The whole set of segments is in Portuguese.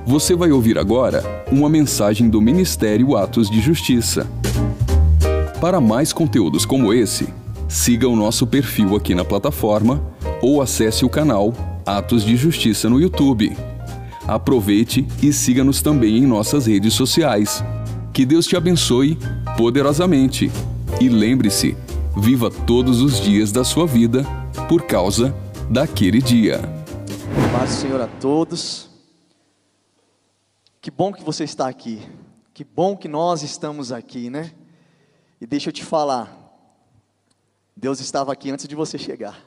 Você vai ouvir agora uma mensagem do Ministério Atos de Justiça. Para mais conteúdos como esse, siga o nosso perfil aqui na plataforma ou acesse o canal Atos de Justiça no YouTube. Aproveite e siga-nos também em nossas redes sociais. Que Deus te abençoe poderosamente. E lembre-se, viva todos os dias da sua vida por causa daquele dia. Paz do Senhor a todos. Que bom que você está aqui. Que bom que nós estamos aqui, né? E deixa eu te falar, Deus estava aqui antes de você chegar.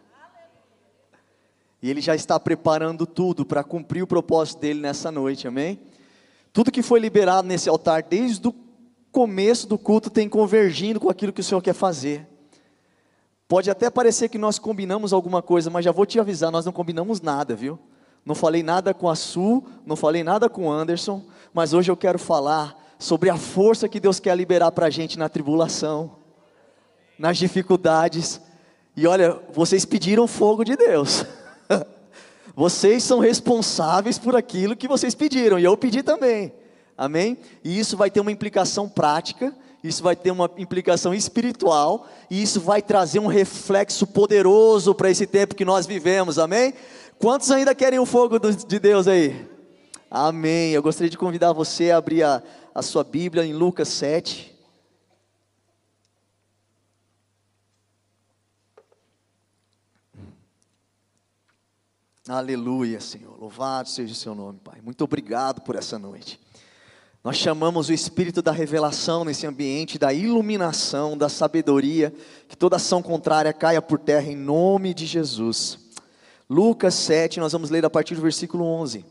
E Ele já está preparando tudo para cumprir o propósito dEle nessa noite, amém? Tudo que foi liberado nesse altar desde o começo do culto tem convergindo com aquilo que o Senhor quer fazer. Pode até parecer que nós combinamos alguma coisa, mas já vou te avisar, nós não combinamos nada, viu? Não falei nada com a Su, não falei nada com o Anderson, mas hoje eu quero falar sobre a força que Deus quer liberar para a gente na tribulação, nas dificuldades. E olha, vocês pediram fogo de Deus. Vocês são responsáveis por aquilo que vocês pediram, e eu pedi também, amém? E isso vai ter uma implicação prática, isso vai ter uma implicação espiritual, e isso vai trazer um reflexo poderoso para esse tempo que nós vivemos, amém? Quantos ainda querem o fogo de Deus aí? Amém. Eu gostaria de convidar você a abrir a sua Bíblia em Lucas 7. Aleluia, Senhor. Louvado seja o seu nome, Pai. Muito obrigado por essa noite. Nós chamamos o Espírito da revelação nesse ambiente, da iluminação, da sabedoria, que toda ação contrária caia por terra em nome de Jesus. Lucas 7, nós vamos ler a partir do versículo 11.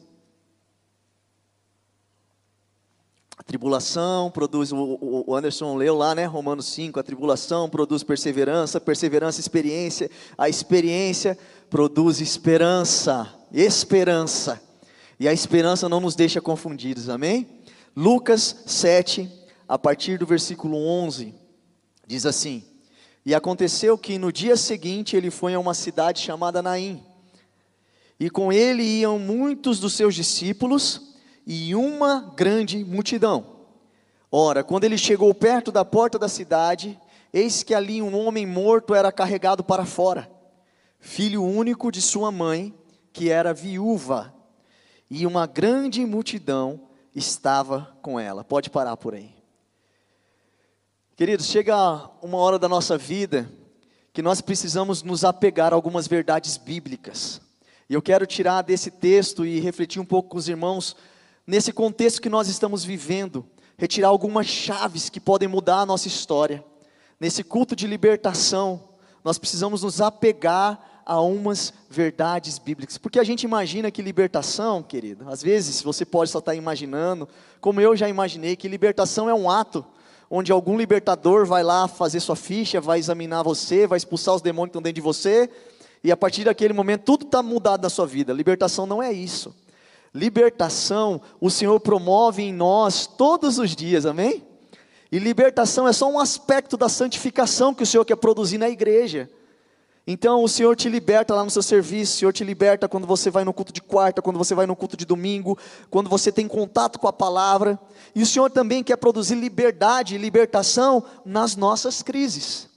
A tribulação produz, o Anderson leu lá, né, Romanos 5, a tribulação produz perseverança, perseverança experiência, a experiência produz esperança, e a esperança não nos deixa confundidos, amém? Lucas 7, a partir do versículo 11, diz assim: E aconteceu que no dia seguinte ele foi a uma cidade chamada Naim, e com ele iam muitos dos seus discípulos e uma grande multidão. Ora, quando ele chegou perto da porta da cidade, eis que ali um homem morto era carregado para fora, filho único de sua mãe, que era viúva, e uma grande multidão estava com ela. Pode parar por aí. Queridos, chega uma hora da nossa vida que nós precisamos nos apegar a algumas verdades bíblicas. E eu quero tirar desse texto e refletir um pouco com os irmãos, nesse contexto que nós estamos vivendo, retirar algumas chaves que podem mudar a nossa história. Nesse culto de libertação, nós precisamos nos apegar a umas verdades bíblicas, porque a gente imagina que libertação, querido, às vezes você pode só estar imaginando, como eu já imaginei, que libertação é um ato, onde algum libertador vai lá fazer sua ficha, vai examinar você, vai expulsar os demônios que estão dentro de você, e a partir daquele momento tudo está mudado na sua vida. Libertação não é isso. Libertação, o Senhor promove em nós todos os dias, amém? E libertação é só um aspecto da santificação que o Senhor quer produzir na igreja. Então o Senhor te liberta lá no seu serviço, o Senhor te liberta quando você vai no culto de quarta, quando você vai no culto de domingo, quando você tem contato com a palavra. E o Senhor também quer produzir liberdade e libertação nas nossas crises.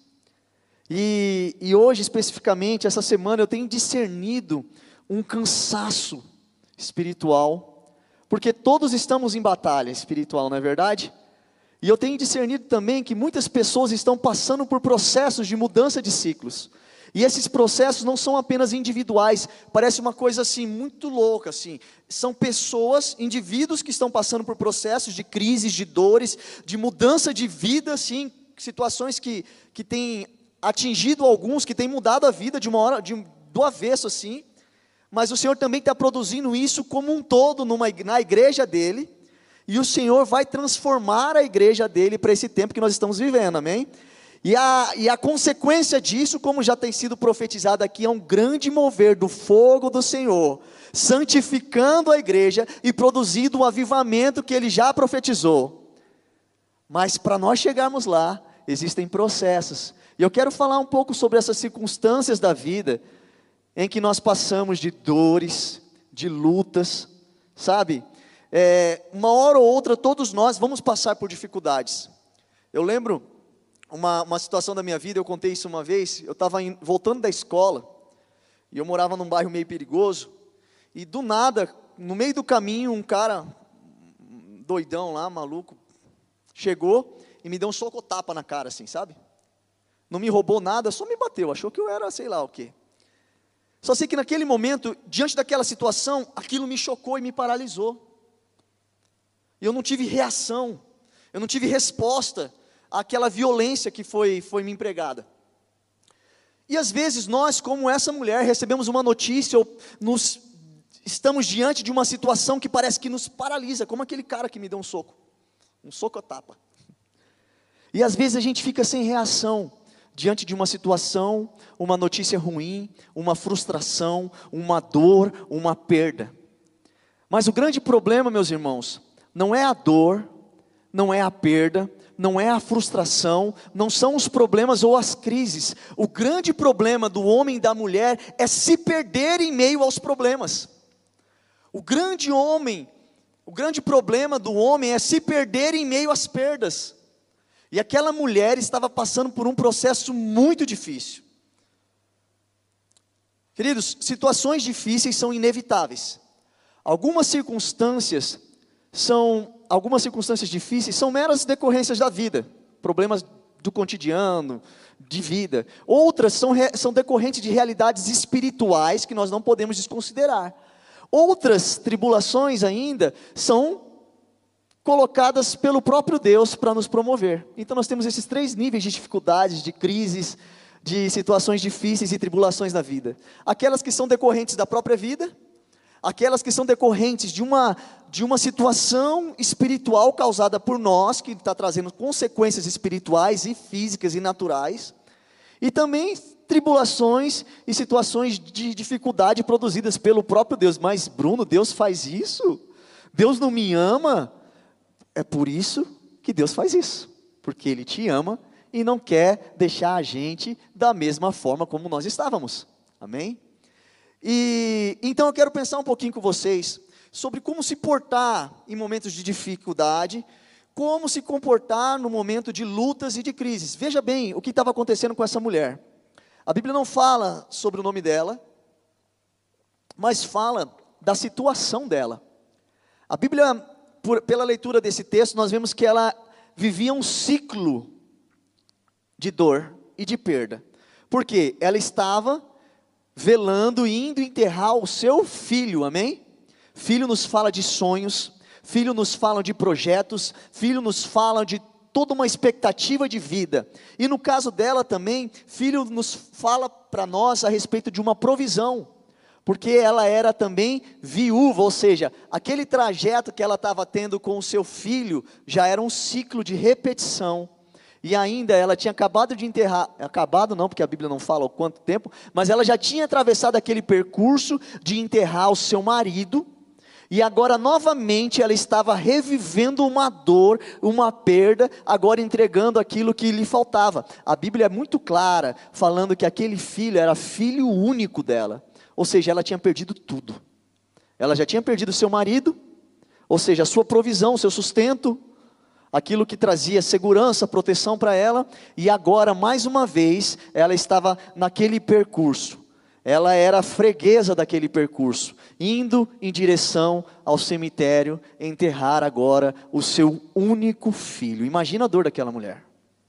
E hoje especificamente, essa semana, eu tenho discernido um cansaço espiritual, porque todos estamos em batalha espiritual, não é verdade? E eu tenho discernido também que muitas pessoas estão passando por processos de mudança de ciclos, e esses processos não são apenas individuais, parece uma coisa assim, muito louca assim, são pessoas, indivíduos que estão passando por processos de crises, de dores, de mudança de vida, assim, situações que têm atingido alguns, que têm mudado a vida de uma hora, do avesso assim, mas o Senhor também está produzindo isso como um todo na igreja dEle, e o Senhor vai transformar a igreja dEle para esse tempo que nós estamos vivendo, amém? E a consequência disso, como já tem sido profetizado aqui, é um grande mover do fogo do Senhor, santificando a igreja e produzindo o avivamento que Ele já profetizou. Mas para nós chegarmos lá, existem processos, e eu quero falar um pouco sobre essas circunstâncias da vida, em que nós passamos de dores, de lutas, sabe? Uma hora ou outra, todos nós vamos passar por dificuldades. Eu lembro uma situação da minha vida, eu contei isso uma vez, eu estava voltando da escola, e eu morava num bairro meio perigoso, e do nada, no meio do caminho, um cara doidão lá, maluco, chegou e me deu um soco-tapa na cara, assim, sabe? Não me roubou nada, só me bateu, achou que eu era sei lá o quê. Só sei que naquele momento, diante daquela situação, aquilo me chocou e me paralisou. E eu não tive reação, eu não tive resposta àquela violência que foi me empregada. E às vezes nós, como essa mulher, recebemos uma notícia ou estamos diante de uma situação que parece que nos paralisa, como aquele cara que me deu um soco a tapa. E às vezes a gente fica sem reação diante de uma situação, uma notícia ruim, uma frustração, uma dor, uma perda. Mas o grande problema, meus irmãos, não é a dor, não é a perda, não é a frustração, não são os problemas ou as crises. O grande problema do homem e da mulher é se perder em meio aos problemas. O grande problema do homem é se perder em meio às perdas. E aquela mulher estava passando por um processo muito difícil. Queridos, situações difíceis são inevitáveis. Algumas circunstâncias difíceis são meras decorrências da vida, problemas do cotidiano, de vida. Outras são decorrentes de realidades espirituais que nós não podemos desconsiderar. Outras tribulações ainda são colocadas pelo próprio Deus para nos promover. Então nós temos esses 3 níveis de dificuldades, de crises, de situações difíceis e tribulações na vida. Aquelas que são decorrentes da própria vida, aquelas que são decorrentes de uma situação espiritual causada por nós, que está trazendo consequências espirituais e físicas e naturais, e também tribulações e situações de dificuldade produzidas pelo próprio Deus. Mas Bruno, Deus faz isso? Deus não me ama? É por isso que Deus faz isso, porque Ele te ama e não quer deixar a gente da mesma forma como nós estávamos, amém? E então eu quero pensar um pouquinho com vocês sobre como se portar em momentos de dificuldade, como se comportar no momento de lutas e de crises. Veja bem o que estava acontecendo com essa mulher. A Bíblia não fala sobre o nome dela, mas fala da situação dela. A Bíblia, pela leitura desse texto, nós vemos que ela vivia um ciclo de dor e de perda. Porque ela estava velando e indo enterrar o seu filho, amém? Filho nos fala de sonhos, filho nos fala de projetos, filho nos fala de toda uma expectativa de vida. E no caso dela também, filho nos fala para nós a respeito de uma provisão, porque ela era também viúva, ou seja, aquele trajeto que ela estava tendo com o seu filho, já era um ciclo de repetição, e ainda ela tinha acabado de enterrar, acabado não, porque a Bíblia não fala o quanto tempo, mas ela já tinha atravessado aquele percurso de enterrar o seu marido, e agora novamente ela estava revivendo uma dor, uma perda, agora entregando aquilo que lhe faltava. A Bíblia é muito clara, falando que aquele filho era filho único dela, ou seja, ela tinha perdido tudo. Ela já tinha perdido seu marido, ou seja, a sua provisão, o seu sustento, aquilo que trazia segurança, proteção para ela, e agora mais uma vez ela estava naquele percurso. Ela era a freguesa daquele percurso, indo em direção ao cemitério, enterrar agora o seu único filho. Imagina a dor daquela mulher.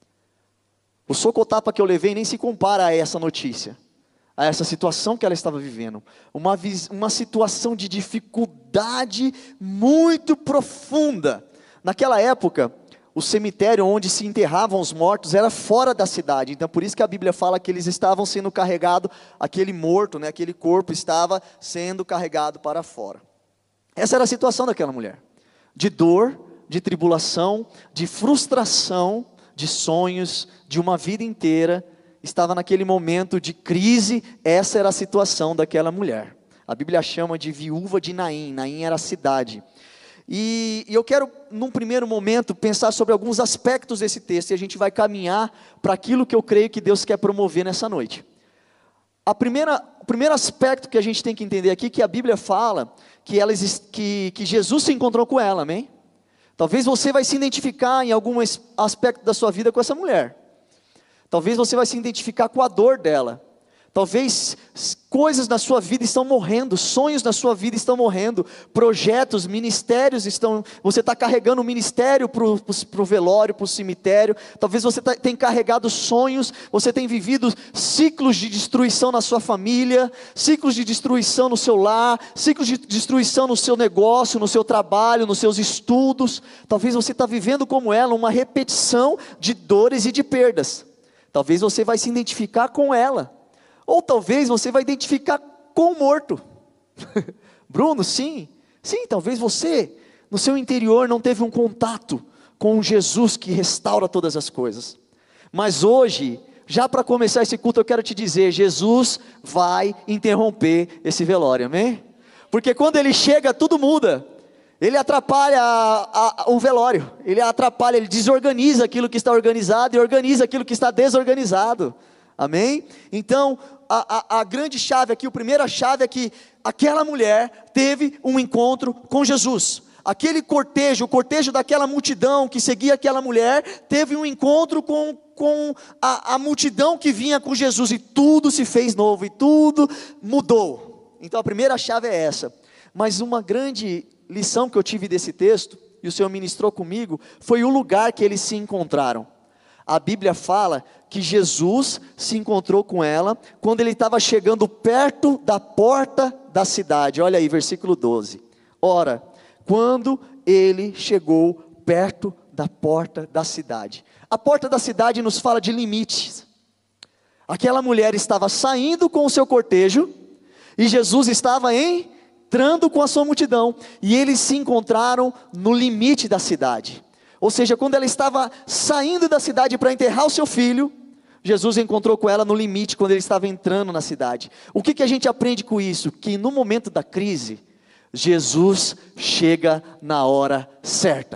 O socotapa que eu levei nem se compara a essa notícia, a essa situação que ela estava vivendo. Uma situação de dificuldade muito profunda. Naquela época, o cemitério onde se enterravam os mortos era fora da cidade, então por isso que a Bíblia fala que eles estavam sendo carregados, aquele morto, aquele corpo estava sendo carregado para fora. Essa era a situação daquela mulher, de dor, de tribulação, de frustração, de sonhos, de uma vida inteira, estava naquele momento de crise. Essa era a situação daquela mulher. A Bíblia chama de viúva de Naim. Naim era a cidade. E eu quero, num primeiro momento, pensar sobre alguns aspectos desse texto, e a gente vai caminhar para aquilo que eu creio que Deus quer promover nessa noite. O primeiro aspecto que a gente tem que entender aqui, que a Bíblia fala, que Jesus se encontrou com ela, amém? Talvez você vai se identificar em algum aspecto da sua vida com essa mulher. Talvez você vai se identificar com a dor dela. Talvez coisas na sua vida estão morrendo, sonhos na sua vida estão morrendo, projetos, ministérios estão... Você está carregando o ministério para o velório, para o cemitério. Talvez você tenha carregado sonhos, você tem vivido ciclos de destruição na sua família, ciclos de destruição no seu lar, ciclos de destruição no seu negócio, no seu trabalho, nos seus estudos. Talvez você está vivendo como ela, uma repetição de dores e de perdas. Talvez você vai se identificar com ela. Ou talvez você vai identificar com o morto. Bruno, sim, talvez você, no seu interior, não teve um contato com o Jesus que restaura todas as coisas. Mas hoje, já para começar esse culto, eu quero te dizer, Jesus vai interromper esse velório, amém? Porque quando Ele chega, tudo muda. Ele atrapalha o velório, ele desorganiza aquilo que está organizado e organiza aquilo que está desorganizado. Amém? Então, a grande chave aqui, a primeira chave é que aquela mulher teve um encontro com Jesus. Aquele cortejo, o cortejo daquela multidão que seguia aquela mulher, teve um encontro com a multidão que vinha com Jesus, e tudo se fez novo, e tudo mudou. Então a primeira chave é essa. Mas uma grande lição que eu tive desse texto, e o Senhor ministrou comigo, foi o lugar que eles se encontraram. A Bíblia fala que Jesus se encontrou com ela quando ele estava chegando perto da porta da cidade. Olha aí, versículo 12. Ora, quando ele chegou perto da porta da cidade. A porta da cidade nos fala de limites. Aquela mulher estava saindo com o seu cortejo e Jesus estava entrando com a sua multidão, e eles se encontraram no limite da cidade. Ou seja, quando ela estava saindo da cidade para enterrar o seu filho, Jesus encontrou com ela no limite, quando ele estava entrando na cidade. O que a gente aprende com isso? Que no momento da crise, Jesus chega na hora certa.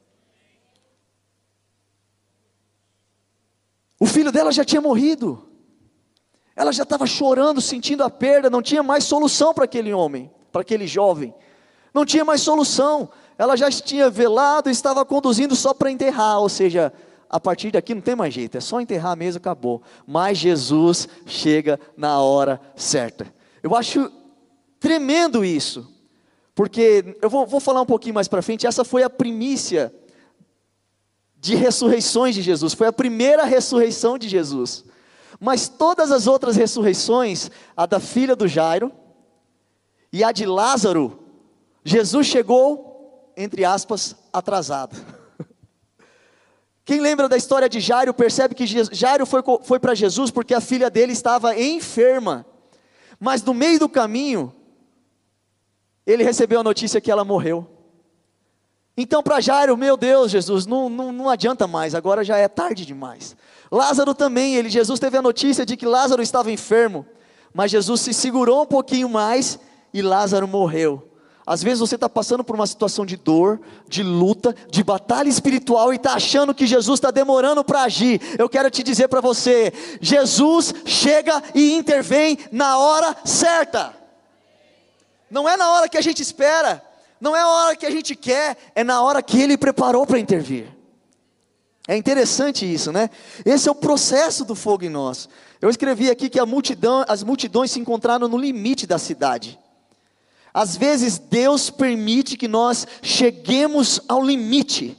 O filho dela já tinha morrido, ela já estava chorando, sentindo a perda, não tinha mais solução para aquele homem, para aquele jovem, não tinha mais solução. Ela já tinha velado e estava conduzindo só para enterrar, ou seja, a partir daqui não tem mais jeito, é só enterrar mesmo, acabou. Mas Jesus chega na hora certa. Eu acho tremendo isso, porque eu vou falar um pouquinho mais para frente. Essa foi a primícia de ressurreições de Jesus, foi a primeira ressurreição de Jesus. Mas todas as outras ressurreições, a da filha do Jairo e a de Lázaro, Jesus chegou, entre aspas, atrasado. Quem lembra da história de Jairo, percebe que Jairo foi para Jesus porque a filha dele estava enferma. Mas no meio do caminho, ele recebeu a notícia que ela morreu. Então para Jairo, meu Deus, Jesus, não adianta mais, agora já é tarde demais. Lázaro também, Jesus teve a notícia de que Lázaro estava enfermo, mas Jesus se segurou um pouquinho mais e Lázaro morreu. Às vezes você está passando por uma situação de dor, de luta, de batalha espiritual e está achando que Jesus está demorando para agir. Eu quero te dizer para você, Jesus chega e intervém na hora certa. Não é na hora que a gente espera, não é a hora que a gente quer, é na hora que Ele preparou para intervir. É interessante isso, né? Esse é o processo do fogo em nós. Eu escrevi aqui que as multidões se encontraram no limite da cidade. Às vezes Deus permite que nós cheguemos ao limite.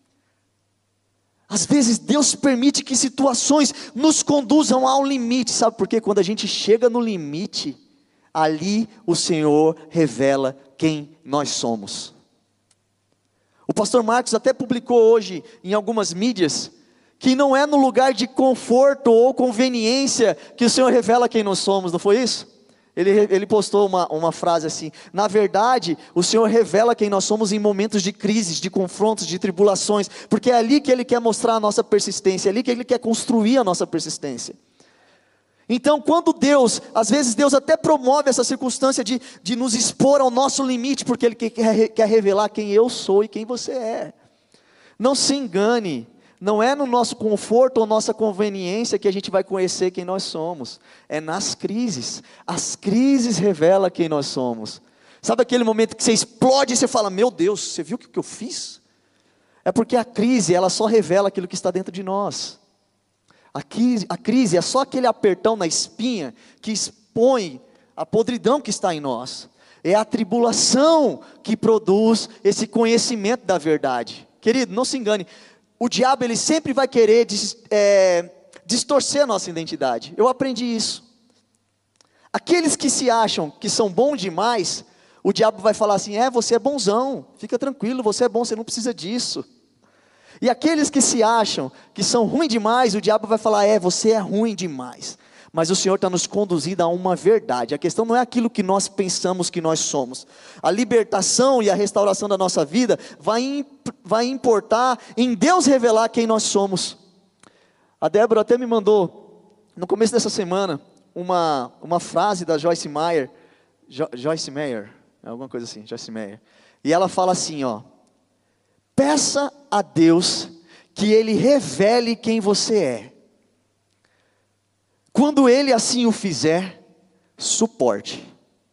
Às vezes Deus permite que situações nos conduzam ao limite. Sabe por quê? Quando a gente chega no limite, ali o Senhor revela quem nós somos. O pastor Marcos até publicou hoje em algumas mídias que não é no lugar de conforto ou conveniência que o Senhor revela quem nós somos, não foi isso? Ele postou uma frase assim: na verdade, o Senhor revela quem nós somos em momentos de crises, de confrontos, de tribulações, porque é ali que Ele quer mostrar a nossa persistência, é ali que Ele quer construir a nossa persistência. Então quando às vezes Deus até promove essa circunstância de nos expor ao nosso limite, porque Ele quer revelar quem eu sou e quem você é. Não se engane, Não é no nosso conforto ou nossa conveniência que a gente vai conhecer quem nós somos. É nas crises. As crises revelam quem nós somos. Sabe aquele momento que você explode e você fala, meu Deus, você viu o que eu fiz? É porque a crise, ela só revela aquilo que está dentro de nós. A crise é só aquele apertão na espinha que expõe a podridão que está em nós. É a tribulação que produz esse conhecimento da verdade. Querido, não se engane. O diabo, ele sempre vai querer distorcer a nossa identidade. Eu aprendi isso. Aqueles que se acham que são bons demais, o diabo vai falar assim, você é bonzão, fica tranquilo, você é bom, você não precisa disso. E aqueles que se acham que são ruins demais, o diabo vai falar, você é ruim demais. Mas o Senhor está nos conduzindo a uma verdade. A questão não é aquilo que nós pensamos que nós somos. A libertação e a restauração da nossa vida vai importar em Deus revelar quem nós somos. A Débora até me mandou, no começo dessa semana, uma frase da Joyce Meyer. Joyce Meyer, alguma coisa assim, Joyce Meyer. E ela fala assim, peça a Deus que Ele revele quem você é. Quando Ele assim o fizer, suporte.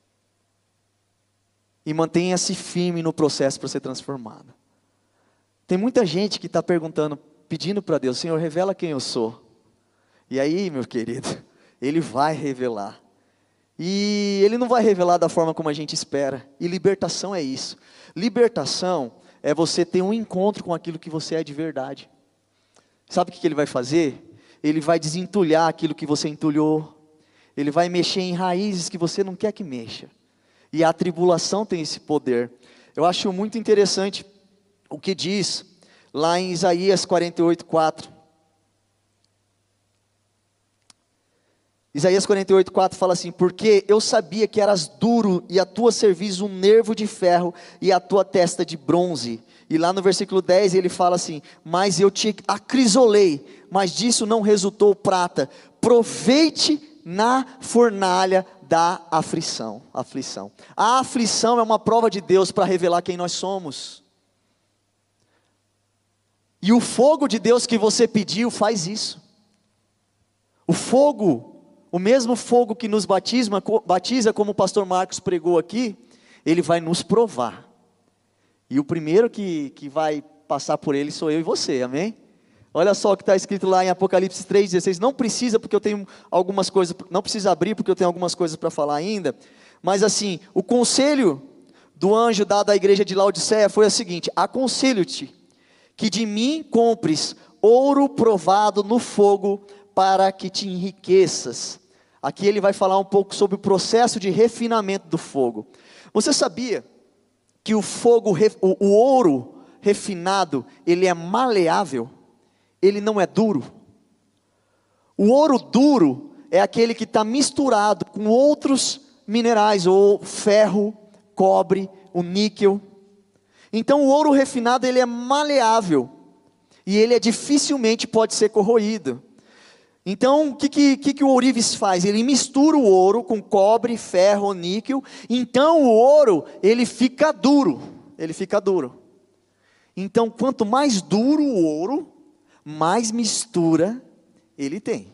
E mantenha-se firme no processo para ser transformado. Tem muita gente que está perguntando, pedindo para Deus, Senhor, revela quem eu sou. E aí, meu querido, Ele vai revelar. E Ele não vai revelar da forma como a gente espera. E libertação é isso. Libertação é você ter um encontro com aquilo que você é de verdade. Sabe o que Ele vai fazer? Ele vai desentulhar aquilo que você entulhou. Ele vai mexer em raízes que você não quer que mexa. E a tribulação tem esse poder. Eu acho muito interessante o que diz lá em Isaías 48:4. Isaías 48:4 fala assim, porque eu sabia que eras duro e a tua cerviz um nervo de ferro e a tua testa de bronze. E lá no versículo 10 ele fala assim, mas eu te acrisolei, mas disso não resultou prata, proveite na fornalha da aflição. A aflição é uma prova de Deus para revelar quem nós somos. E o fogo de Deus que você pediu faz isso. O fogo, o mesmo fogo que nos batiza, como o pastor Marcos pregou aqui, ele vai nos provar. E o primeiro que vai passar por ele sou eu e você, amém? Olha só o que está escrito lá em Apocalipse 3,16, não precisa porque eu tenho algumas coisas, não precisa abrir porque eu tenho algumas coisas para falar ainda, mas assim, o conselho do anjo dado à igreja de Laodiceia foi o seguinte, aconselho-te que de mim compres ouro provado no fogo para que te enriqueças. Aqui ele vai falar um pouco sobre o processo de refinamento do fogo. Você sabia que o ouro refinado, ele é maleável? Ele não é duro. O ouro duro é aquele que está misturado com outros minerais, ou ferro, cobre, o níquel. Então o ouro refinado ele é maleável, e ele dificilmente pode ser corroído. Então o que o ourives faz? Ele mistura o ouro com cobre, ferro, níquel, então o ouro ele fica duro, Então quanto mais duro o ouro, mais mistura ele tem.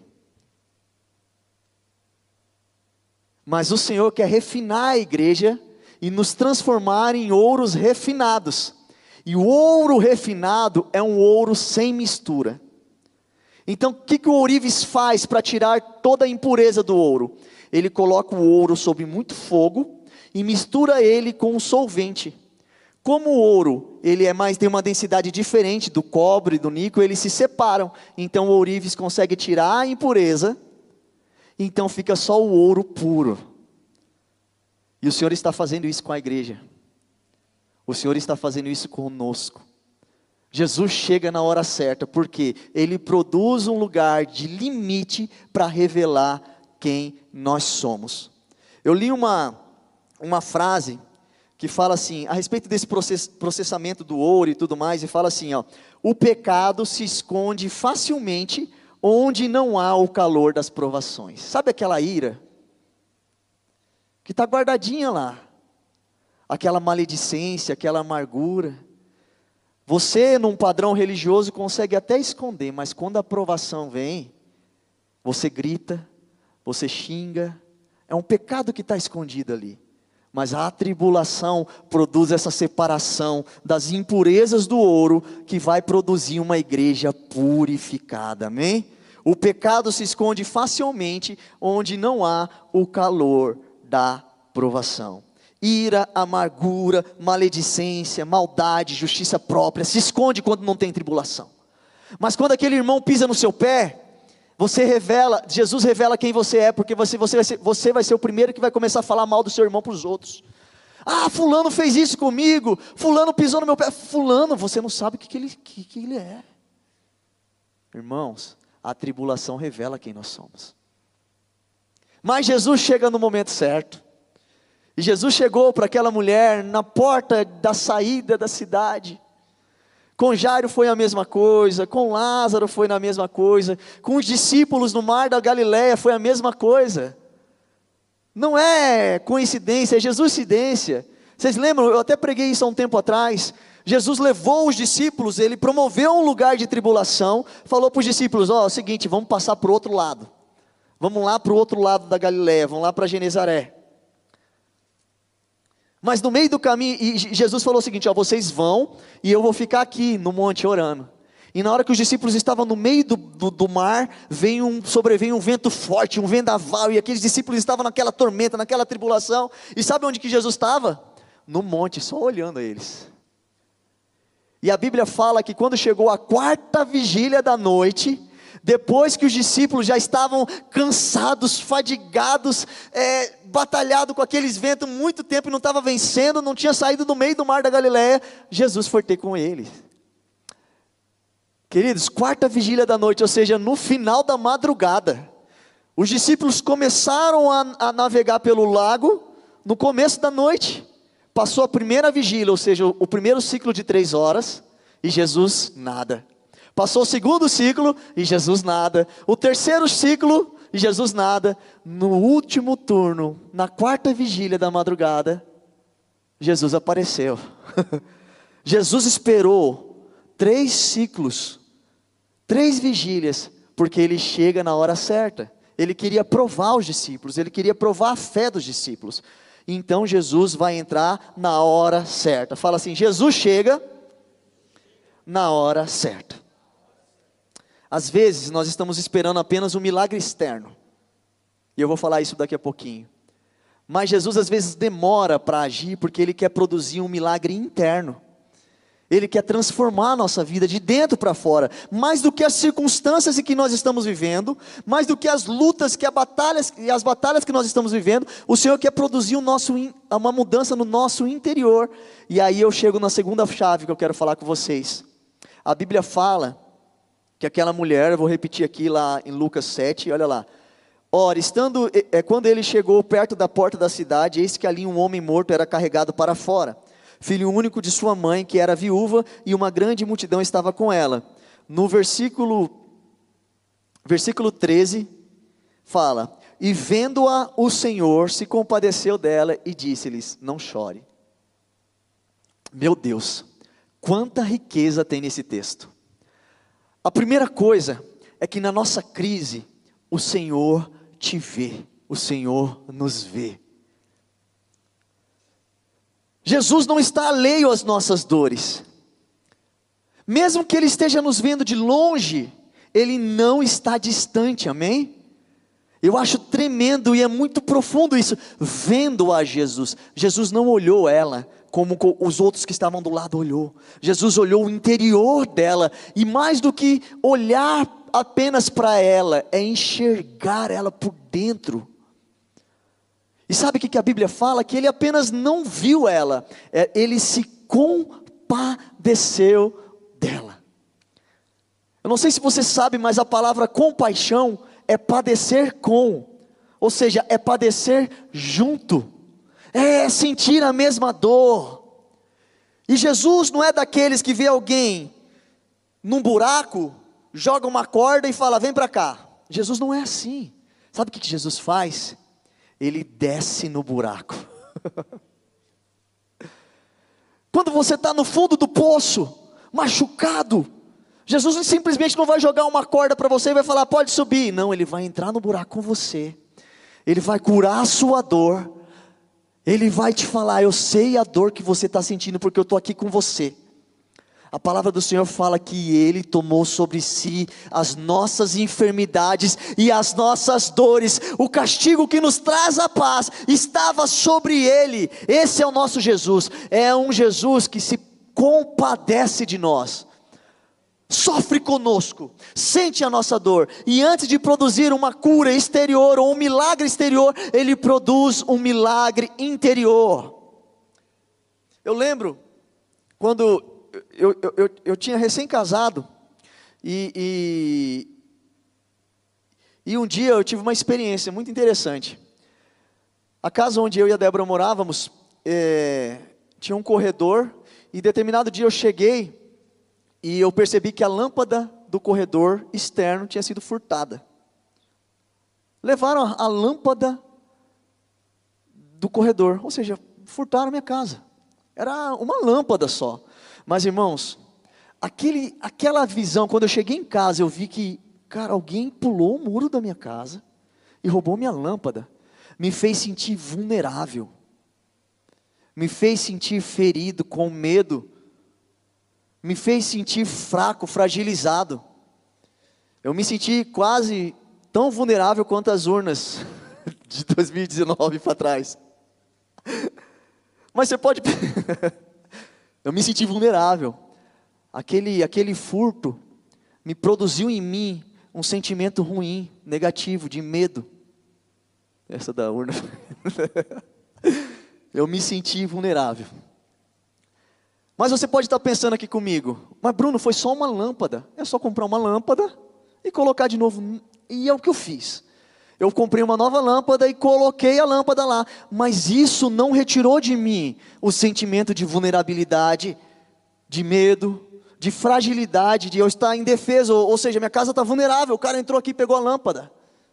Mas o Senhor quer refinar a igreja e nos transformar em ouros refinados. E o ouro refinado é um ouro sem mistura. Então o que o ourives faz para tirar toda a impureza do ouro? Ele coloca o ouro sob muito fogo e mistura ele com um solvente. Como o ouro tem uma densidade diferente do cobre, do níquel, eles se separam. Então o ourives consegue tirar a impureza, então fica só o ouro puro. E o Senhor está fazendo isso com a igreja. O Senhor está fazendo isso conosco. Jesus chega na hora certa, porque Ele produz um lugar de limite para revelar quem nós somos. Eu li uma frase que fala assim, a respeito desse processamento do ouro e tudo mais, e fala assim, o pecado se esconde facilmente onde não há o calor das provações. Sabe aquela ira? Que está guardadinha lá. Aquela maledicência, aquela amargura. Você, num padrão religioso, consegue até esconder, mas quando a provação vem, você grita, você xinga, é um pecado que está escondido ali. Mas a tribulação produz essa separação das impurezas do ouro, que vai produzir uma igreja purificada, amém? O pecado se esconde facilmente onde não há o calor da provação. Ira, amargura, maledicência, maldade, justiça própria, se esconde quando não tem tribulação. Mas quando aquele irmão pisa no seu pé, Jesus revela quem você é, porque você vai ser o primeiro que vai começar a falar mal do seu irmão para os outros. Ah, fulano fez isso comigo, fulano pisou no meu pé. Fulano, você não sabe o que ele é. Irmãos, a tribulação revela quem nós somos. Mas Jesus chega no momento certo. E Jesus chegou para aquela mulher na porta da saída da cidade. Com Jairo foi a mesma coisa, com Lázaro foi a mesma coisa, com os discípulos no mar da Galileia foi a mesma coisa. Não é coincidência, é Jesuscidência. Vocês lembram, eu até preguei isso há um tempo atrás. Jesus levou os discípulos, ele promoveu um lugar de tribulação, falou para os discípulos, é o seguinte, vamos passar para o outro lado. Vamos lá para o outro lado da Galileia, vamos lá para Genezaré. Mas no meio do caminho, e Jesus falou o seguinte, vocês vão, e eu vou ficar aqui no monte orando. E na hora que os discípulos estavam no meio do mar, sobreveio um vento forte, um vendaval, e aqueles discípulos estavam naquela tormenta, naquela tribulação, e sabe onde que Jesus estava? No monte, só olhando a eles. E a Bíblia fala que quando chegou a 4ª vigília da noite, depois que os discípulos já estavam cansados, fadigados, batalhado com aqueles ventos muito tempo e não estava vencendo, não tinha saído do meio do mar da Galileia, Jesus foi ter com eles. Queridos, 4ª vigília da noite, ou seja, no final da madrugada, os discípulos começaram a navegar pelo lago, no começo da noite, passou a 1ª vigília, ou seja, o primeiro ciclo de 3 horas, e Jesus nada. Passou o 2º ciclo, e Jesus nada. O 3º ciclo, e Jesus nada. No último turno, na 4ª vigília da madrugada, Jesus apareceu. Jesus esperou 3 ciclos, 3 vigílias, porque Ele chega na hora certa. Ele queria provar os discípulos, Ele queria provar a fé dos discípulos. Então Jesus vai entrar na hora certa. Fala assim, Jesus chega na hora certa. Às vezes nós estamos esperando apenas um milagre externo, e eu vou falar isso daqui a pouquinho, mas Jesus às vezes demora para agir, porque Ele quer produzir um milagre interno, Ele quer transformar a nossa vida de dentro para fora, mais do que as circunstâncias em que nós estamos vivendo, mais do que as lutas, as batalhas que nós estamos vivendo, o Senhor quer produzir uma mudança no nosso interior. E aí eu chego na segunda chave que eu quero falar com vocês. A Bíblia fala que aquela mulher, eu vou repetir aqui lá em Lucas 7, olha lá. Ora, quando ele chegou perto da porta da cidade, eis que ali um homem morto era carregado para fora, filho único de sua mãe, que era viúva, e uma grande multidão estava com ela. No versículo 13, fala, e vendo-a o Senhor se compadeceu dela e disse-lhes, não chore. Meu Deus, quanta riqueza tem nesse texto. A primeira coisa é que na nossa crise, o Senhor te vê, o Senhor nos vê. Jesus não está alheio às nossas dores. Mesmo que Ele esteja nos vendo de longe, Ele não está distante, amém? Eu acho tremendo e é muito profundo isso. Vendo a Jesus, Jesus não olhou ela como os outros que estavam do lado olhou. Jesus olhou o interior dela, e mais do que olhar apenas para ela, é enxergar ela por dentro. E sabe o que a Bíblia fala? Que Ele apenas não viu ela, Ele se compadeceu dela. Eu não sei se você sabe, mas a palavra compaixão é padecer com, ou seja, é padecer junto, é sentir a mesma dor. E Jesus não é daqueles que vê alguém num buraco, joga uma corda e fala, vem para cá. Jesus não é assim. Sabe o que Jesus faz? Ele desce no buraco. Quando você está no fundo do poço, machucado. Jesus simplesmente não vai jogar uma corda para você e vai falar, pode subir. Não, Ele vai entrar no buraco com você. Ele vai curar a sua dor. Ele vai te falar, eu sei a dor que você está sentindo, porque eu estou aqui com você. A palavra do Senhor fala que Ele tomou sobre si as nossas enfermidades e as nossas dores. O castigo que nos traz a paz estava sobre Ele. Esse é o nosso Jesus. É um Jesus que se compadece de nós. Sofre conosco, sente a nossa dor, e antes de produzir uma cura exterior ou um milagre exterior, Ele produz um milagre interior. Eu lembro, quando eu tinha recém-casado, e um dia eu tive uma experiência muito interessante. A casa onde eu e a Débora morávamos, tinha um corredor, e determinado dia eu cheguei, e eu percebi que a lâmpada do corredor externo tinha sido furtada. Levaram a lâmpada do corredor, ou seja, furtaram a minha casa. Era uma lâmpada só. Mas irmãos, aquela visão, quando eu cheguei em casa, eu vi que, cara, alguém pulou o muro da minha casa e roubou minha lâmpada. Me fez sentir vulnerável. Me fez sentir ferido, com medo. Me fez sentir fraco, fragilizado. Eu me senti quase tão vulnerável quanto as urnas de 2019 para trás. Mas você pode... Eu me senti vulnerável. Aquele furto me produziu em mim um sentimento ruim, negativo, de medo. Essa da urna. Eu me senti vulnerável. Mas você pode estar pensando aqui comigo, mas Bruno, foi só uma lâmpada. É só comprar uma lâmpada e colocar de novo. E é o que eu fiz. Eu comprei uma nova lâmpada e coloquei a lâmpada lá. Mas isso não retirou de mim o sentimento de vulnerabilidade, de medo, de fragilidade, de eu estar indefeso. Ou seja, minha casa está vulnerável, o cara entrou aqui e pegou a lâmpada.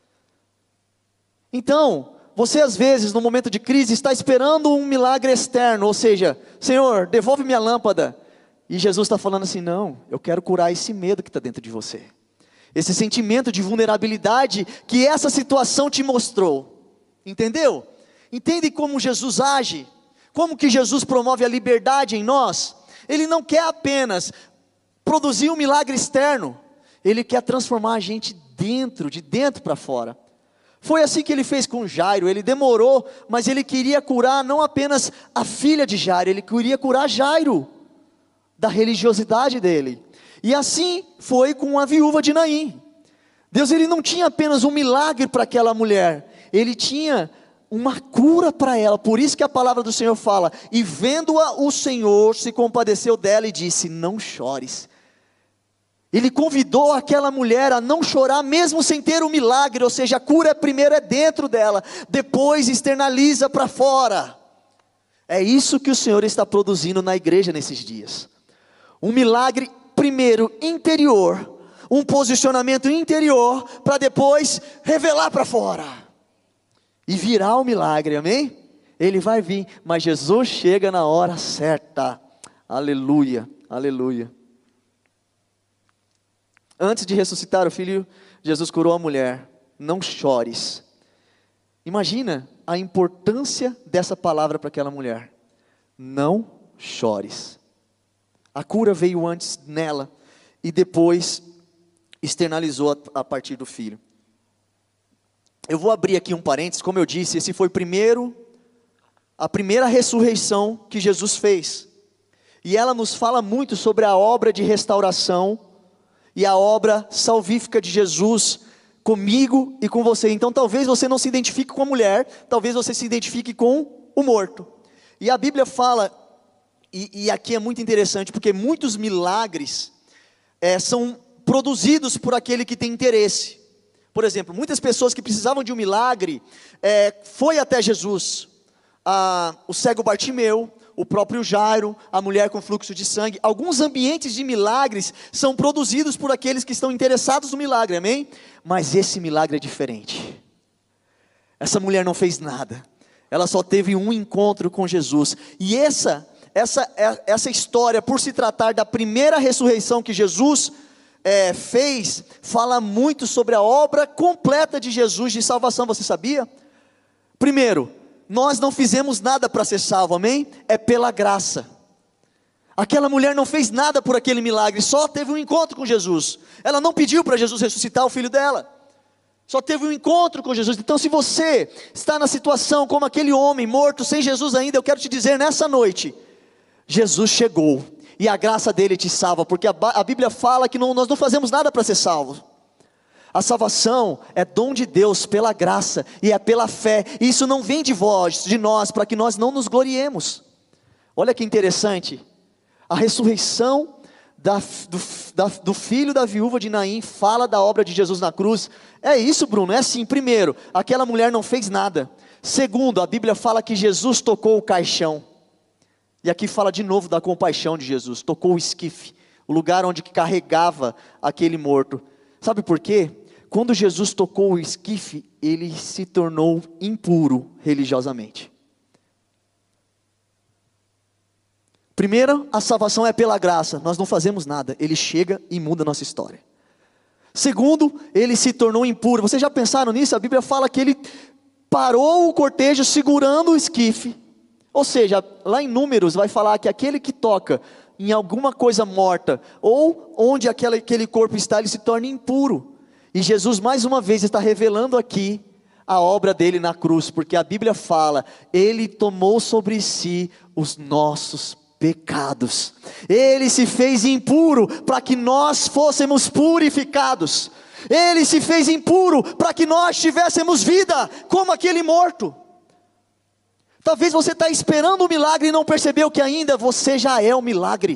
Então... você às vezes no momento de crise está esperando um milagre externo, ou seja, Senhor, devolve minha lâmpada, e Jesus está falando assim, não, eu quero curar esse medo que está dentro de você, esse sentimento de vulnerabilidade que essa situação te mostrou, entendeu? Entende como Jesus age, como que Jesus promove a liberdade em nós? Ele não quer apenas produzir um milagre externo, Ele quer transformar a gente de dentro para fora. Foi assim que Ele fez com Jairo. Ele demorou, mas Ele queria curar não apenas a filha de Jairo, Ele queria curar Jairo, da religiosidade dele. E assim foi com a viúva de Naim. Deus, Ele não tinha apenas um milagre para aquela mulher, Ele tinha uma cura para ela. Por isso que a palavra do Senhor fala, e vendo-a o Senhor se compadeceu dela e disse, não chores. Ele convidou aquela mulher a não chorar mesmo sem ter o milagre, ou seja, a cura primeiro é dentro dela, depois externaliza para fora. É isso que o Senhor está produzindo na igreja nesses dias. Um milagre primeiro interior, um posicionamento interior, para depois revelar para fora. E virá o milagre, amém? Ele vai vir, mas Jesus chega na hora certa. Aleluia, aleluia. Antes de ressuscitar o filho, Jesus curou a mulher. Não chores. Imagina a importância dessa palavra para aquela mulher. Não chores. A cura veio antes nela e depois externalizou a partir do filho. Eu vou abrir aqui um parênteses, como eu disse, esse foi a primeira ressurreição que Jesus fez. E ela nos fala muito sobre a obra de restauração e a obra salvífica de Jesus comigo e com você. Então talvez você não se identifique com a mulher, talvez você se identifique com o morto. E a Bíblia fala, e aqui é muito interessante, porque muitos milagres são produzidos por aquele que tem interesse. Por exemplo, muitas pessoas que precisavam de um milagre, foi até Jesus. O cego Bartimeu, o próprio Jairo, a mulher com fluxo de sangue. Alguns ambientes de milagres são produzidos por aqueles que estão interessados no milagre, amém? Mas esse milagre é diferente. Essa mulher não fez nada, ela só teve um encontro com Jesus, e essa essa história, por se tratar da primeira ressurreição que Jesus fez, fala muito sobre a obra completa de Jesus de salvação. Você sabia? Primeiro, nós não fizemos nada para ser salvo, amém? É pela graça. Aquela mulher não fez nada por aquele milagre, só teve um encontro com Jesus. Ela não pediu para Jesus ressuscitar o filho dela, só teve um encontro com Jesus. Então, se você está na situação como aquele homem morto sem Jesus ainda, eu quero te dizer nessa noite, Jesus chegou e a graça dele te salva, porque a Bíblia fala que nós não fazemos nada para ser salvos. A salvação é dom de Deus pela graça e é pela fé, e isso não vem de vós, de nós, para que nós não nos gloriemos. Olha que interessante, a ressurreição do filho da viúva de Naim fala da obra de Jesus na cruz. É isso, Bruno, é assim. Primeiro, aquela mulher não fez nada. Segundo, a Bíblia fala que Jesus tocou o caixão, e aqui fala de novo da compaixão de Jesus. Tocou o esquife, o lugar onde carregava aquele morto. Sabe por quê? Quando Jesus tocou o esquife, ele se tornou impuro religiosamente. Primeiro, a salvação é pela graça, nós não fazemos nada, ele chega e muda a nossa história. Segundo, ele se tornou impuro. Vocês já pensaram nisso? A Bíblia fala que ele parou o cortejo segurando o esquife. Ou seja, lá em Números vai falar que aquele que toca em alguma coisa morta, ou onde aquele corpo está, ele se torna impuro. E Jesus mais uma vez está revelando aqui a obra dele na cruz, porque a Bíblia fala, ele tomou sobre si os nossos pecados, ele se fez impuro para que nós fôssemos purificados, ele se fez impuro para que nós tivéssemos vida, como aquele morto. Talvez você está esperando um milagre e não percebeu que ainda você já é o milagre.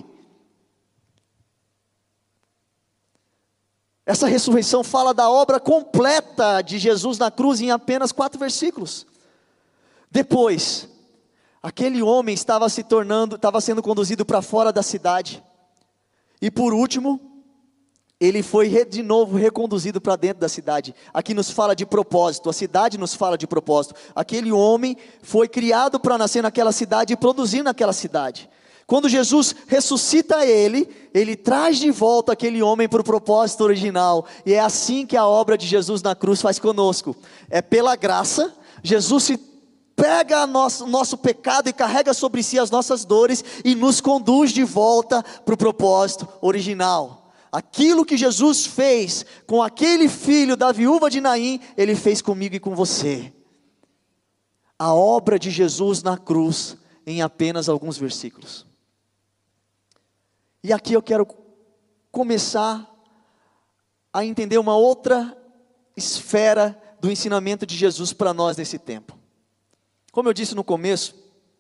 Essa ressurreição fala da obra completa de Jesus na cruz em apenas 4 versículos. Depois, aquele homem estava sendo conduzido para fora da cidade. E por último, ele foi de novo reconduzido para dentro da cidade. Aqui nos fala de propósito, a cidade nos fala de propósito. Aquele homem foi criado para nascer naquela cidade e produzir naquela cidade. Quando Jesus ressuscita ele traz de volta aquele homem para o propósito original. E é assim que a obra de Jesus na cruz faz conosco. É pela graça, Jesus se pega nosso pecado e carrega sobre si as nossas dores e nos conduz de volta para o propósito original. Aquilo que Jesus fez com aquele filho da viúva de Naim, ele fez comigo e com você. A obra de Jesus na cruz em apenas alguns versículos. E aqui eu quero começar a entender uma outra esfera do ensinamento de Jesus para nós nesse tempo. Como eu disse no começo,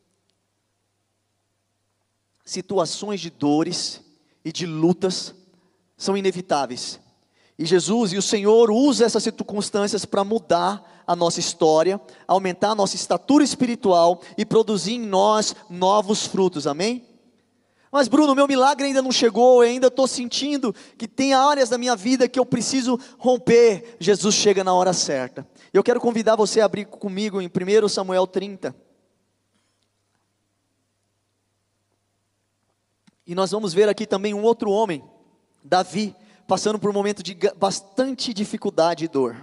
situações de dores e de lutas são inevitáveis. E Jesus e o Senhor usa essas circunstâncias para mudar a nossa história, aumentar a nossa estatura espiritual e produzir em nós novos frutos, amém? Mas Bruno, meu milagre ainda não chegou, eu ainda estou sentindo que tem áreas da minha vida que eu preciso romper. Jesus chega na hora certa. Eu quero convidar você a abrir comigo em 1 Samuel 30. E nós vamos ver aqui também um outro homem, Davi, passando por um momento de bastante dificuldade e dor.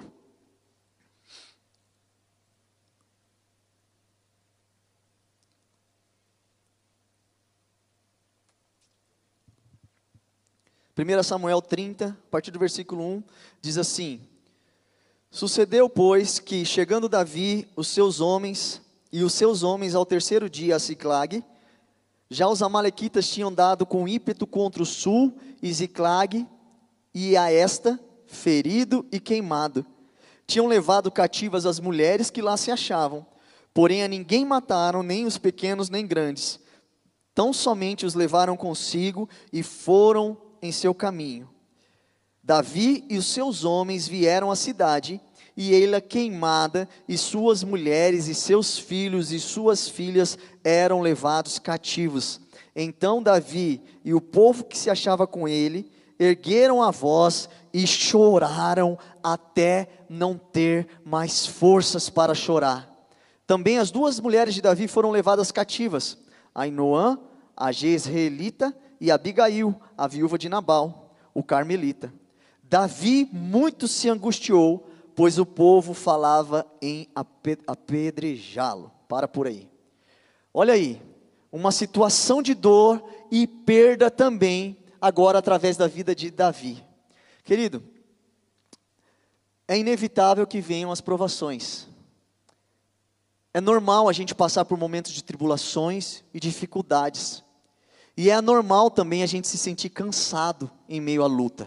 Primeira Samuel 30, a partir do versículo 1, diz assim: Sucedeu, pois, que chegando Davi, os seus homens ao terceiro dia a Ziclague, já os amalequitas tinham dado com ímpeto contra o sul, e Ziclague e a esta, ferido e queimado. Tinham levado cativas as mulheres que lá se achavam, porém a ninguém mataram, nem os pequenos nem grandes. Tão somente os levaram consigo e foram em seu caminho. Davi e os seus homens vieram à cidade, e ela queimada, e suas mulheres, e seus filhos, e suas filhas eram levados cativos. Então Davi e o povo que se achava com ele, ergueram a voz, e choraram até não ter mais forças para chorar. Também as 2 mulheres de Davi foram levadas cativas, Ainoã, a Jezreelita e Abigail, a viúva de Nabal, o carmelita. Davi muito se angustiou, pois o povo falava em apedrejá-lo. Para por aí. Olha aí, uma situação de dor e perda também, agora através da vida de Davi. Querido, é inevitável que venham as provações. É normal a gente passar por momentos de tribulações e dificuldades. E é normal também a gente se sentir cansado em meio à luta.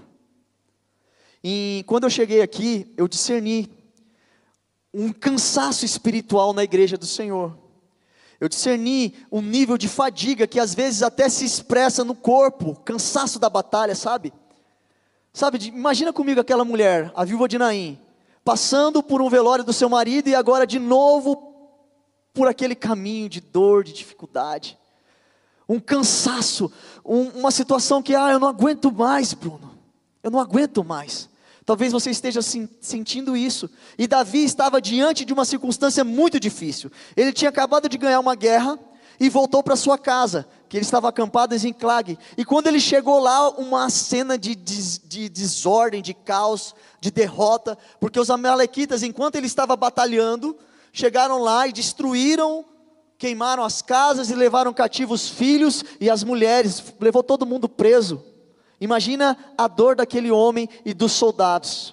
E quando eu cheguei aqui, eu discerni um cansaço espiritual na igreja do Senhor. Eu discerni um nível de fadiga que às vezes até se expressa no corpo, cansaço da batalha, sabe? Imagina comigo aquela mulher, a viúva de Naim, passando por um velório do seu marido e agora de novo por aquele caminho de dor, de dificuldade. Um cansaço, uma situação que, eu não aguento mais, Bruno. Eu não aguento mais. Talvez você esteja sentindo isso. E Davi estava diante de uma circunstância muito difícil. Ele tinha acabado de ganhar uma guerra e voltou para sua casa, que ele estava acampado em Ziclag. E quando ele chegou lá, uma cena de desordem, de caos, de derrota, porque os amalequitas, enquanto ele estava batalhando, chegaram lá e destruíram, queimaram as casas e levaram cativos os filhos e as mulheres, levou todo mundo preso. Imagina a dor daquele homem e dos soldados.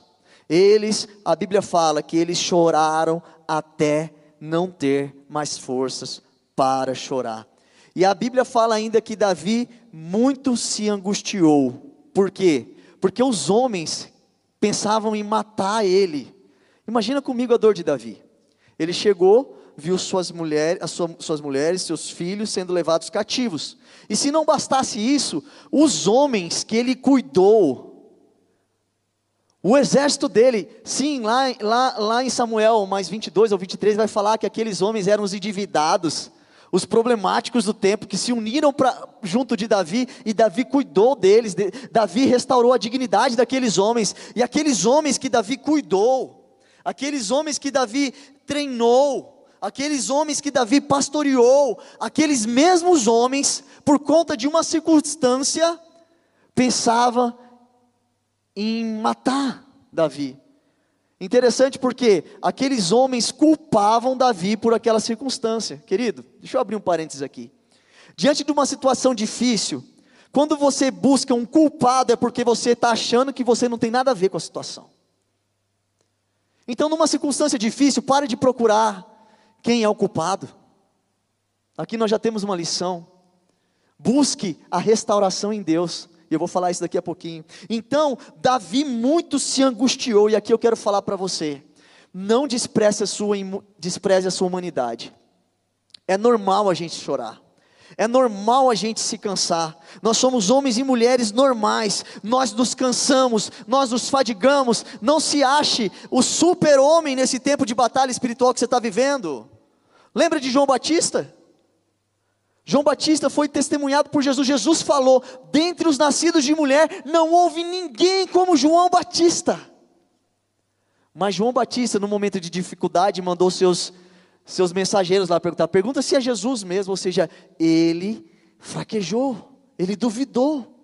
A Bíblia fala que eles choraram até não ter mais forças para chorar. E a Bíblia fala ainda que Davi muito se angustiou. Por quê? Porque os homens pensavam em matar ele. Imagina comigo a dor de Davi. Ele chegou, viu suas mulheres, seus filhos sendo levados cativos. E se não bastasse isso, os homens que ele cuidou, o exército dele, sim, lá em Samuel, mais 22 ou 23, vai falar que aqueles homens eram os endividados, os problemáticos do tempo, que se uniram junto de Davi, e Davi cuidou deles, Davi restaurou a dignidade daqueles homens, e aqueles homens que Davi cuidou, aqueles homens que Davi treinou, aqueles homens que Davi pastoreou, aqueles mesmos homens, por conta de uma circunstância, pensava em matar Davi. Interessante porque aqueles homens culpavam Davi por aquela circunstância. Querido, deixa eu abrir um parênteses aqui. Diante de uma situação difícil, quando você busca um culpado, é porque você está achando que você não tem nada a ver com a situação. Então, numa circunstância difícil, pare de procurar quem é o culpado. Aqui nós já temos uma lição. Busque a restauração em Deus. E eu vou falar isso daqui a pouquinho. Então, Davi muito se angustiou. E aqui eu quero falar para você. Não despreze a sua humanidade. É normal a gente chorar. É normal a gente se cansar. Nós somos homens e mulheres normais. Nós nos cansamos, nós nos fadigamos. Não se ache o super-homem nesse tempo de batalha espiritual que você está vivendo. Lembra de João Batista? João Batista foi testemunhado por Jesus. Jesus falou: dentre os nascidos de mulher, não houve ninguém como João Batista. Mas João Batista, no momento de dificuldade, mandou seus mensageiros lá pergunta se é Jesus mesmo, ou seja, ele fraquejou, ele duvidou.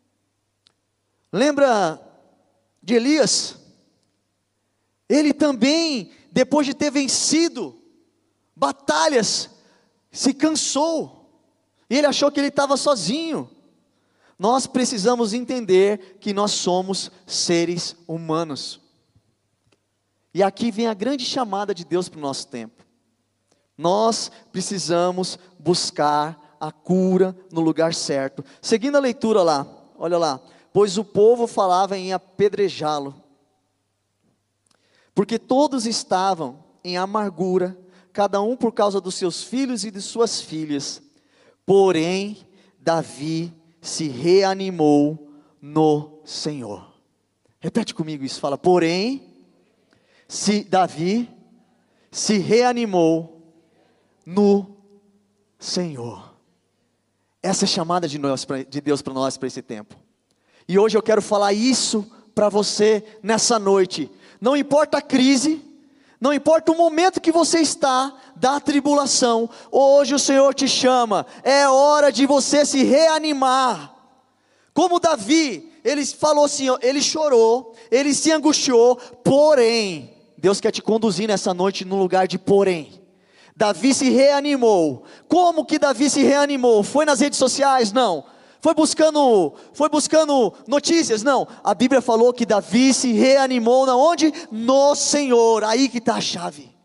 Lembra de Elias? Ele também, depois de ter vencido batalhas, se cansou, e ele achou que ele estava sozinho. Nós precisamos entender que nós somos seres humanos, e aqui vem a grande chamada de Deus para o nosso tempo. Nós precisamos buscar a cura no lugar certo. Seguindo a leitura lá, olha lá. Pois o povo falava em apedrejá-lo, porque todos estavam em amargura, cada um por causa dos seus filhos e de suas filhas. Porém, Davi se reanimou no Senhor. Repete comigo isso, fala: porém, Davi se reanimou no Senhor. Essa é a chamada de Deus para nós, para esse tempo. E hoje eu quero falar isso para você nessa noite. Não importa a crise, Não importa o momento que você está da tribulação, hoje o Senhor te chama, é hora de você se reanimar. Como Davi, ele falou assim, ele chorou, ele se angustiou, porém, Deus quer te conduzir nessa noite no lugar de porém. Davi se reanimou. Como que Davi se reanimou? Foi nas redes sociais? Não. Foi buscando notícias? Não. A Bíblia falou que Davi se reanimou na onde? No Senhor. Aí que está a chave.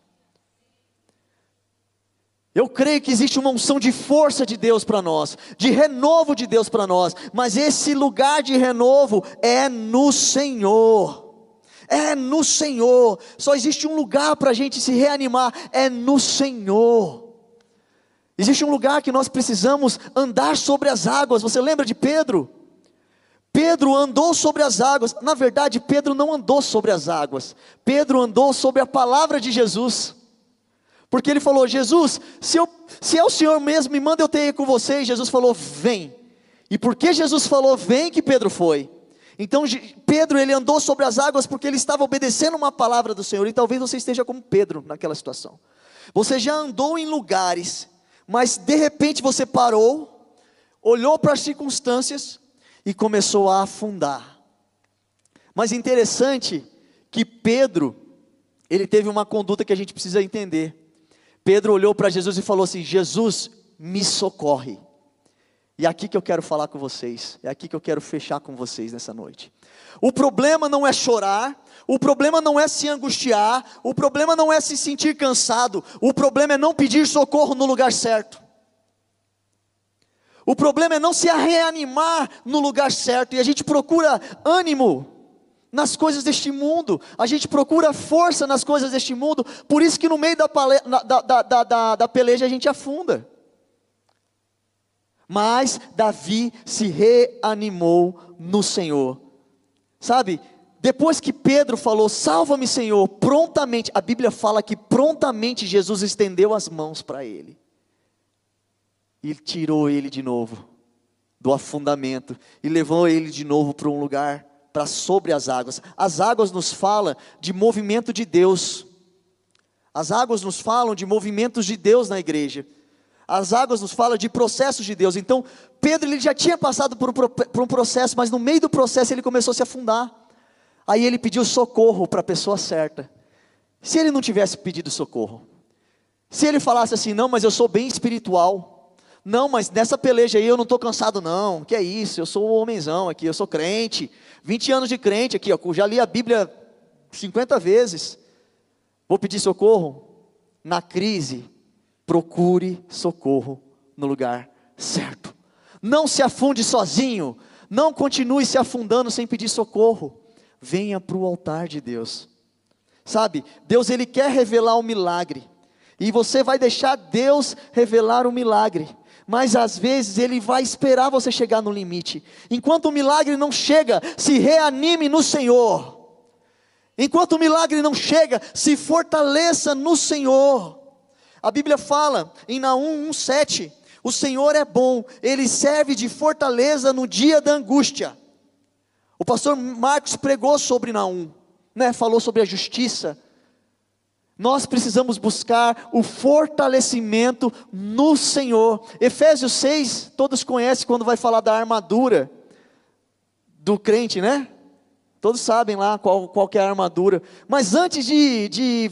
Eu creio que existe uma unção de força de Deus para nós, de renovo de Deus para nós, mas esse lugar de renovo é no Senhor. É no Senhor. Só existe um lugar para a gente se reanimar, é no Senhor. Existe um lugar que nós precisamos andar sobre as águas. Você lembra de Pedro? Pedro andou sobre as águas. Na verdade, Pedro não andou sobre as águas. Pedro andou sobre a palavra de Jesus. Porque ele falou, Jesus, se é o Senhor mesmo, me manda eu ter com você. E Jesus falou, vem. E porque Jesus falou, vem, que Pedro foi. Então Pedro, ele andou sobre as águas porque ele estava obedecendo uma palavra do Senhor. E talvez você esteja como Pedro naquela situação. Você já andou em lugares, mas de repente você parou, olhou para as circunstâncias e começou a afundar. Mas interessante que Pedro, ele teve uma conduta que a gente precisa entender. Pedro olhou para Jesus e falou assim, Jesus, me socorre. E é aqui que eu quero falar com vocês, é aqui que eu quero fechar com vocês nessa noite. O problema não é chorar, o problema não é se angustiar, o problema não é se sentir cansado, o problema é não pedir socorro no lugar certo. O problema é não se reanimar no lugar certo, e a gente procura ânimo nas coisas deste mundo, a gente procura força nas coisas deste mundo, por isso que no meio da peleja a gente afunda. Mas Davi se reanimou no Senhor. Sabe, depois que Pedro falou, salva-me Senhor, prontamente, a Bíblia fala que prontamente Jesus estendeu as mãos para ele. E tirou ele de novo do afundamento, e levou ele de novo para um lugar, para sobre as águas. As águas nos falam de movimento de Deus. As águas nos falam de movimentos de Deus na igreja. As águas nos falam de processos de Deus. Então, Pedro, ele já tinha passado por um processo, mas no meio do processo ele começou a se afundar. Aí ele pediu socorro para a pessoa certa. Se ele não tivesse pedido socorro, se ele falasse assim, não, mas eu sou bem espiritual, não, mas nessa peleja aí eu não estou cansado não, que é isso, eu sou um homenzão aqui, eu sou crente, 20 anos de crente aqui, ó, já li a Bíblia 50 vezes, vou pedir socorro? Na crise, procure socorro no lugar certo. Não se afunde sozinho, não continue se afundando sem pedir socorro, venha para o altar de Deus. Sabe, Deus, ele quer revelar um milagre, e você vai deixar Deus revelar um milagre, mas às vezes ele vai esperar você chegar no limite. Enquanto o milagre não chega, se reanime no Senhor. Enquanto o milagre não chega, se fortaleça no Senhor. A Bíblia fala em Naum 1:7, o Senhor é bom, Ele serve de fortaleza no dia da angústia. O pastor Marcos pregou sobre Naum, falou sobre a justiça. Nós precisamos buscar o fortalecimento no Senhor. Efésios 6, todos conhecem quando vai falar da armadura do crente, né? Todos sabem lá qual que é a armadura. Mas antes de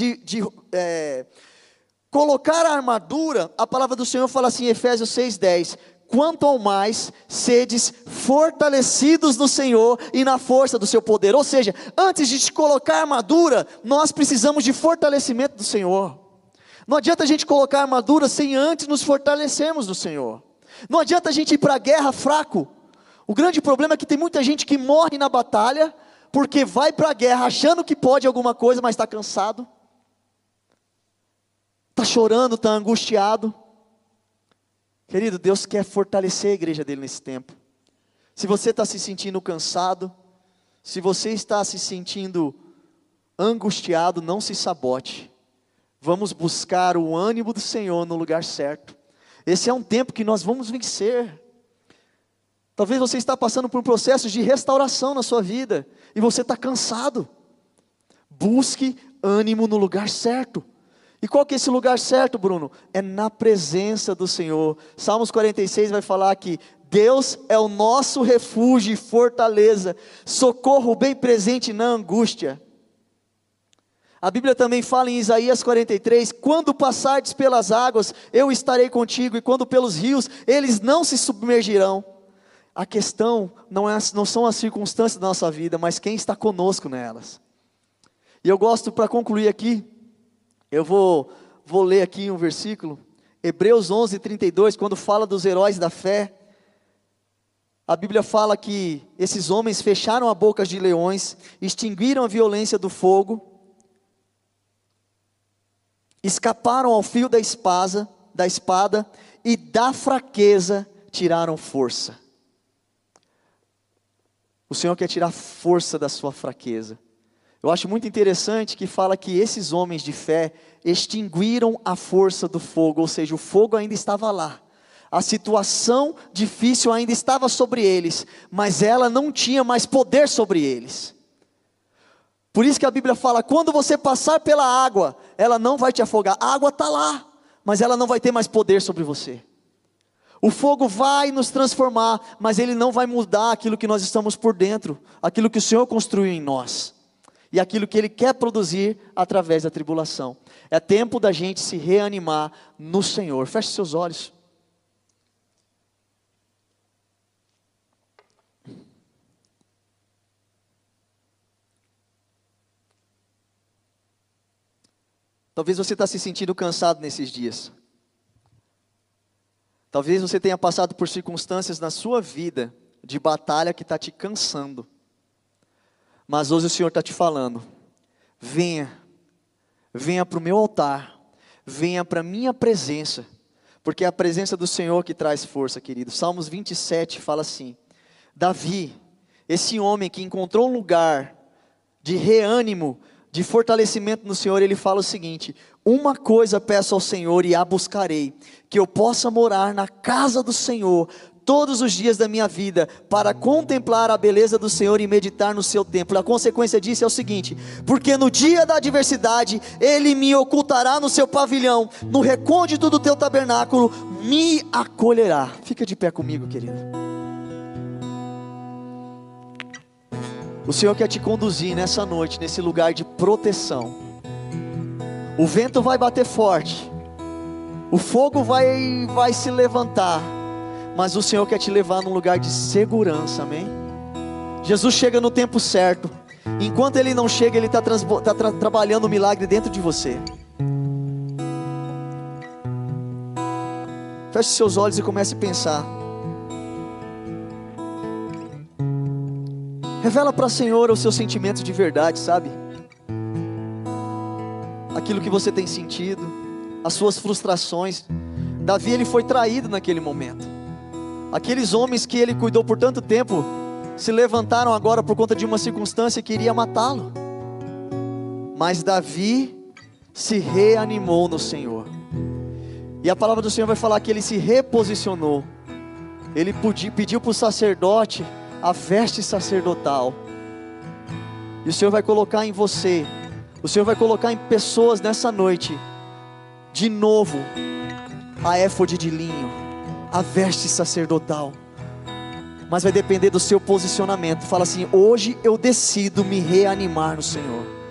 colocar a armadura, a palavra do Senhor fala assim, Efésios 6:10, quanto ao mais, sedes fortalecidos no Senhor e na força do seu poder. Ou seja, antes de te colocar a armadura, nós precisamos de fortalecimento do Senhor. Não adianta a gente colocar a armadura sem antes nos fortalecermos no Senhor. Não adianta a gente ir para a guerra fraco. O grande problema é que tem muita gente que morre na batalha, porque vai para a guerra achando que pode alguma coisa, mas está cansado. Está chorando, está angustiado. Querido, Deus quer fortalecer a igreja dele nesse tempo. Se você está se sentindo cansado, se você está se sentindo angustiado, não se sabote. Vamos buscar o ânimo do Senhor no lugar certo. Esse é um tempo que nós vamos vencer. Talvez você está passando por um processo de restauração na sua vida, e você está cansado. Busque ânimo no lugar certo. E qual que é esse lugar certo, Bruno? É na presença do Senhor. Salmos 46 vai falar que Deus é o nosso refúgio e fortaleza, socorro bem presente na angústia. A Bíblia também fala em Isaías 43, quando passardes pelas águas, eu estarei contigo, e quando pelos rios, eles não se submergirão. A questão não são as circunstâncias da nossa vida, mas quem está conosco nelas. E eu gosto, para concluir aqui, eu vou ler aqui um versículo, Hebreus 11:32, quando fala dos heróis da fé. A Bíblia fala que esses homens fecharam a boca de leões, extinguiram a violência do fogo, escaparam ao fio da espada, e da fraqueza tiraram força. O Senhor quer tirar força da sua fraqueza. Eu acho muito interessante que fala que esses homens de fé extinguiram a força do fogo, ou seja, o fogo ainda estava lá. A situação difícil ainda estava sobre eles, mas ela não tinha mais poder sobre eles. Por isso que a Bíblia fala, quando você passar pela água, ela não vai te afogar. A água está lá, mas ela não vai ter mais poder sobre você. O fogo vai nos transformar, mas ele não vai mudar aquilo que nós estamos por dentro, aquilo que o Senhor construiu em nós, e aquilo que Ele quer produzir através da tribulação. É tempo da gente se reanimar no Senhor. Feche seus olhos. Talvez você está se sentindo cansado nesses dias. Talvez você tenha passado por circunstâncias na sua vida de batalha que está te cansando. Mas hoje o Senhor está te falando, venha para o meu altar, venha para a minha presença, porque é a presença do Senhor que traz força, querido. Salmos 27 fala assim, Davi, esse homem que encontrou um lugar de reânimo, de fortalecimento no Senhor, ele fala o seguinte, uma coisa peço ao Senhor e a buscarei, que eu possa morar na casa do Senhor, todos os dias da minha vida, para contemplar a beleza do Senhor e meditar no seu templo. A consequência disso é o seguinte, porque no dia da adversidade, Ele me ocultará no seu pavilhão, no recôndito do teu tabernáculo, me acolherá. Fica de pé comigo, querido. O Senhor quer te conduzir nessa noite, nesse lugar de proteção. O vento vai bater forte, o fogo vai se levantar, mas o Senhor quer te levar num lugar de segurança, amém? Jesus chega no tempo certo. Enquanto Ele não chega, Ele está trabalhando o milagre dentro de você. Feche seus olhos e comece a pensar. Revela para o Senhor os seus sentimentos de verdade, sabe? Aquilo que você tem sentido, as suas frustrações. Davi, ele foi traído naquele momento. Aqueles homens que ele cuidou por tanto tempo, se levantaram agora por conta de uma circunstância que iria matá-lo. Mas Davi se reanimou no Senhor. E a palavra do Senhor vai falar que ele se reposicionou. Ele pediu para o sacerdote a veste sacerdotal. E o Senhor vai colocar em você, o Senhor vai colocar em pessoas nessa noite, de novo, a éfode de linho, a veste sacerdotal. Mas vai depender do seu posicionamento. Fala assim: hoje eu decido me reanimar no Senhor.